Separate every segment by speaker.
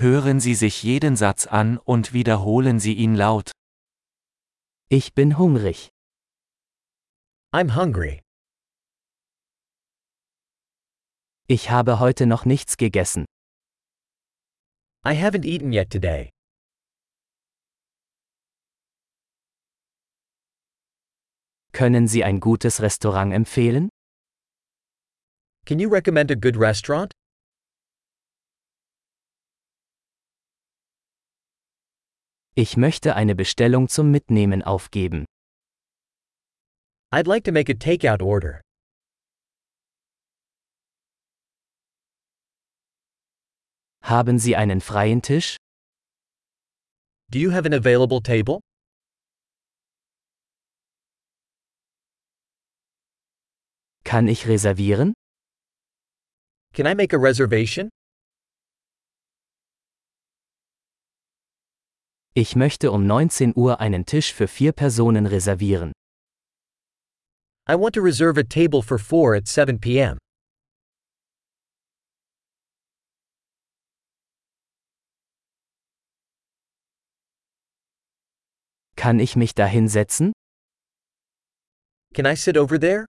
Speaker 1: Hören Sie sich jeden Satz an und wiederholen Sie ihn laut.
Speaker 2: Ich bin hungrig.
Speaker 3: I'm hungry.
Speaker 2: Ich habe heute noch nichts gegessen.
Speaker 3: I haven't eaten yet today.
Speaker 2: Können Sie ein gutes Restaurant empfehlen?
Speaker 3: Can you recommend a good restaurant?
Speaker 2: Ich möchte eine Bestellung zum Mitnehmen aufgeben.
Speaker 3: I'd like to make a takeout order.
Speaker 2: Haben Sie einen freien Tisch?
Speaker 3: Do you have an available table?
Speaker 2: Kann ich reservieren?
Speaker 3: Can I make a reservation?
Speaker 2: Ich möchte um 19 Uhr einen Tisch für 4 Personen reservieren.
Speaker 3: I want to reserve a table for 4 at 7 p.m.
Speaker 2: Kann ich mich da hinsetzen?
Speaker 3: Can I sit over there?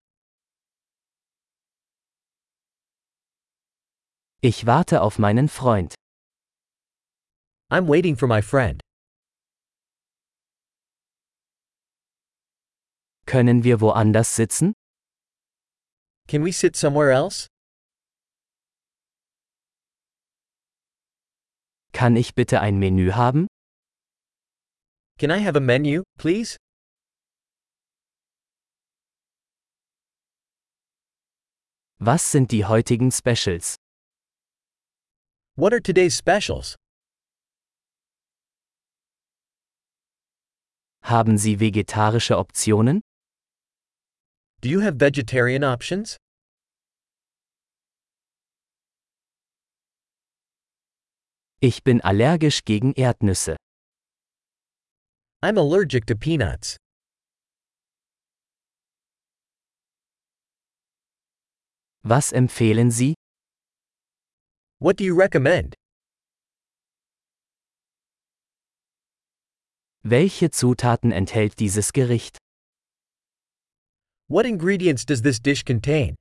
Speaker 2: Ich warte auf meinen Freund.
Speaker 3: I'm waiting for my friend.
Speaker 2: Können wir woanders sitzen?
Speaker 3: Can we sit somewhere else?
Speaker 2: Kann ich bitte ein Menü haben?
Speaker 3: Can I have a menu, please?
Speaker 2: Was sind die heutigen Specials?
Speaker 3: What are today's specials?
Speaker 2: Haben Sie vegetarische Optionen?
Speaker 3: Do you have vegetarian options?
Speaker 2: Ich bin allergisch gegen Erdnüsse.
Speaker 3: I'm allergic to peanuts.
Speaker 2: Was empfehlen Sie?
Speaker 3: What do you recommend?
Speaker 2: Welche Zutaten enthält dieses Gericht?
Speaker 3: What ingredients does this dish contain?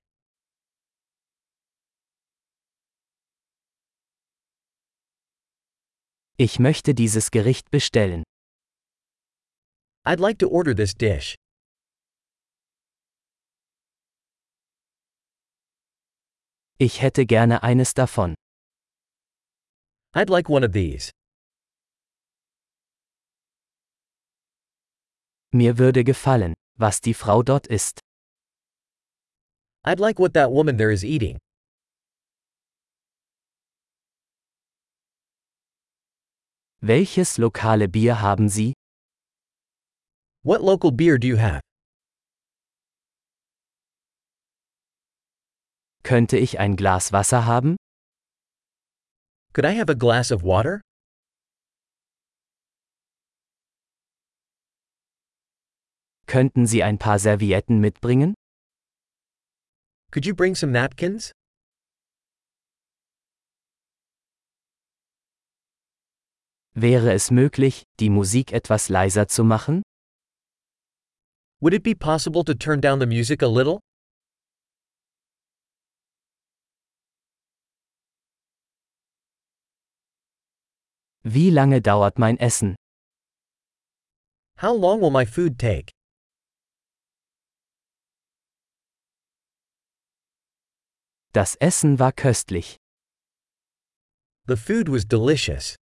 Speaker 2: Ich möchte dieses Gericht bestellen.
Speaker 3: I'd like to order this dish.
Speaker 2: Ich hätte gerne eines davon.
Speaker 3: I'd like one of these.
Speaker 2: Mir würde gefallen, was die Frau dort isst.
Speaker 3: I'd like what that woman there is eating.
Speaker 2: Welches lokale Bier haben Sie?
Speaker 3: What local beer do you have?
Speaker 2: Könnte ich ein Glas Wasser haben?
Speaker 3: Could I have a glass of water?
Speaker 2: Könnten Sie ein paar Servietten mitbringen?
Speaker 3: Could you bring some napkins?
Speaker 2: Wäre es möglich, die Musik etwas leiser zu machen?
Speaker 3: Would it be possible to turn down the music a little?
Speaker 2: Wie lange dauert mein Essen?
Speaker 3: How long will my food take?
Speaker 2: Das Essen war köstlich.
Speaker 3: The food was delicious.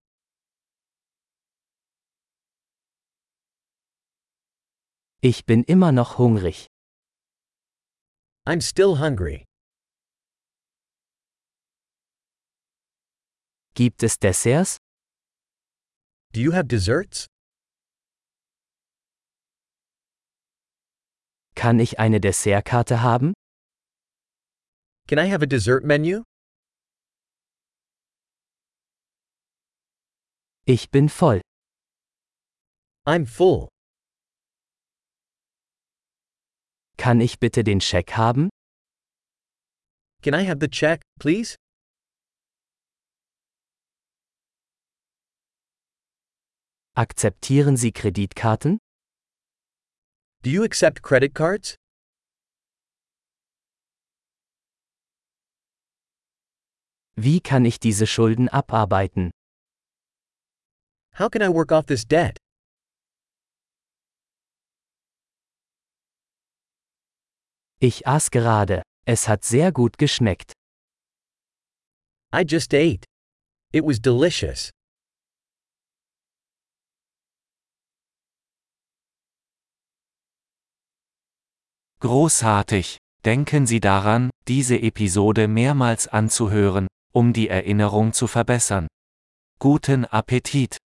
Speaker 2: Ich bin immer noch hungrig.
Speaker 3: I'm still hungry.
Speaker 2: Gibt es Desserts?
Speaker 3: Do you have desserts?
Speaker 2: Kann ich eine Dessertkarte haben?
Speaker 3: Can I have a dessert menu?
Speaker 2: Ich bin voll.
Speaker 3: I'm full.
Speaker 2: Kann ich bitte den Scheck haben?
Speaker 3: Can I have the check, please?
Speaker 2: Akzeptieren Sie Kreditkarten?
Speaker 3: Do you accept credit cards?
Speaker 2: Wie kann ich diese Schulden abarbeiten?
Speaker 3: How can I work off this debt?
Speaker 2: Ich aß gerade. Es hat sehr gut geschmeckt.
Speaker 3: I just ate. It was delicious.
Speaker 1: Großartig! Denken Sie daran, diese Episode mehrmals anzuhören, um die Erinnerung zu verbessern. Guten Appetit!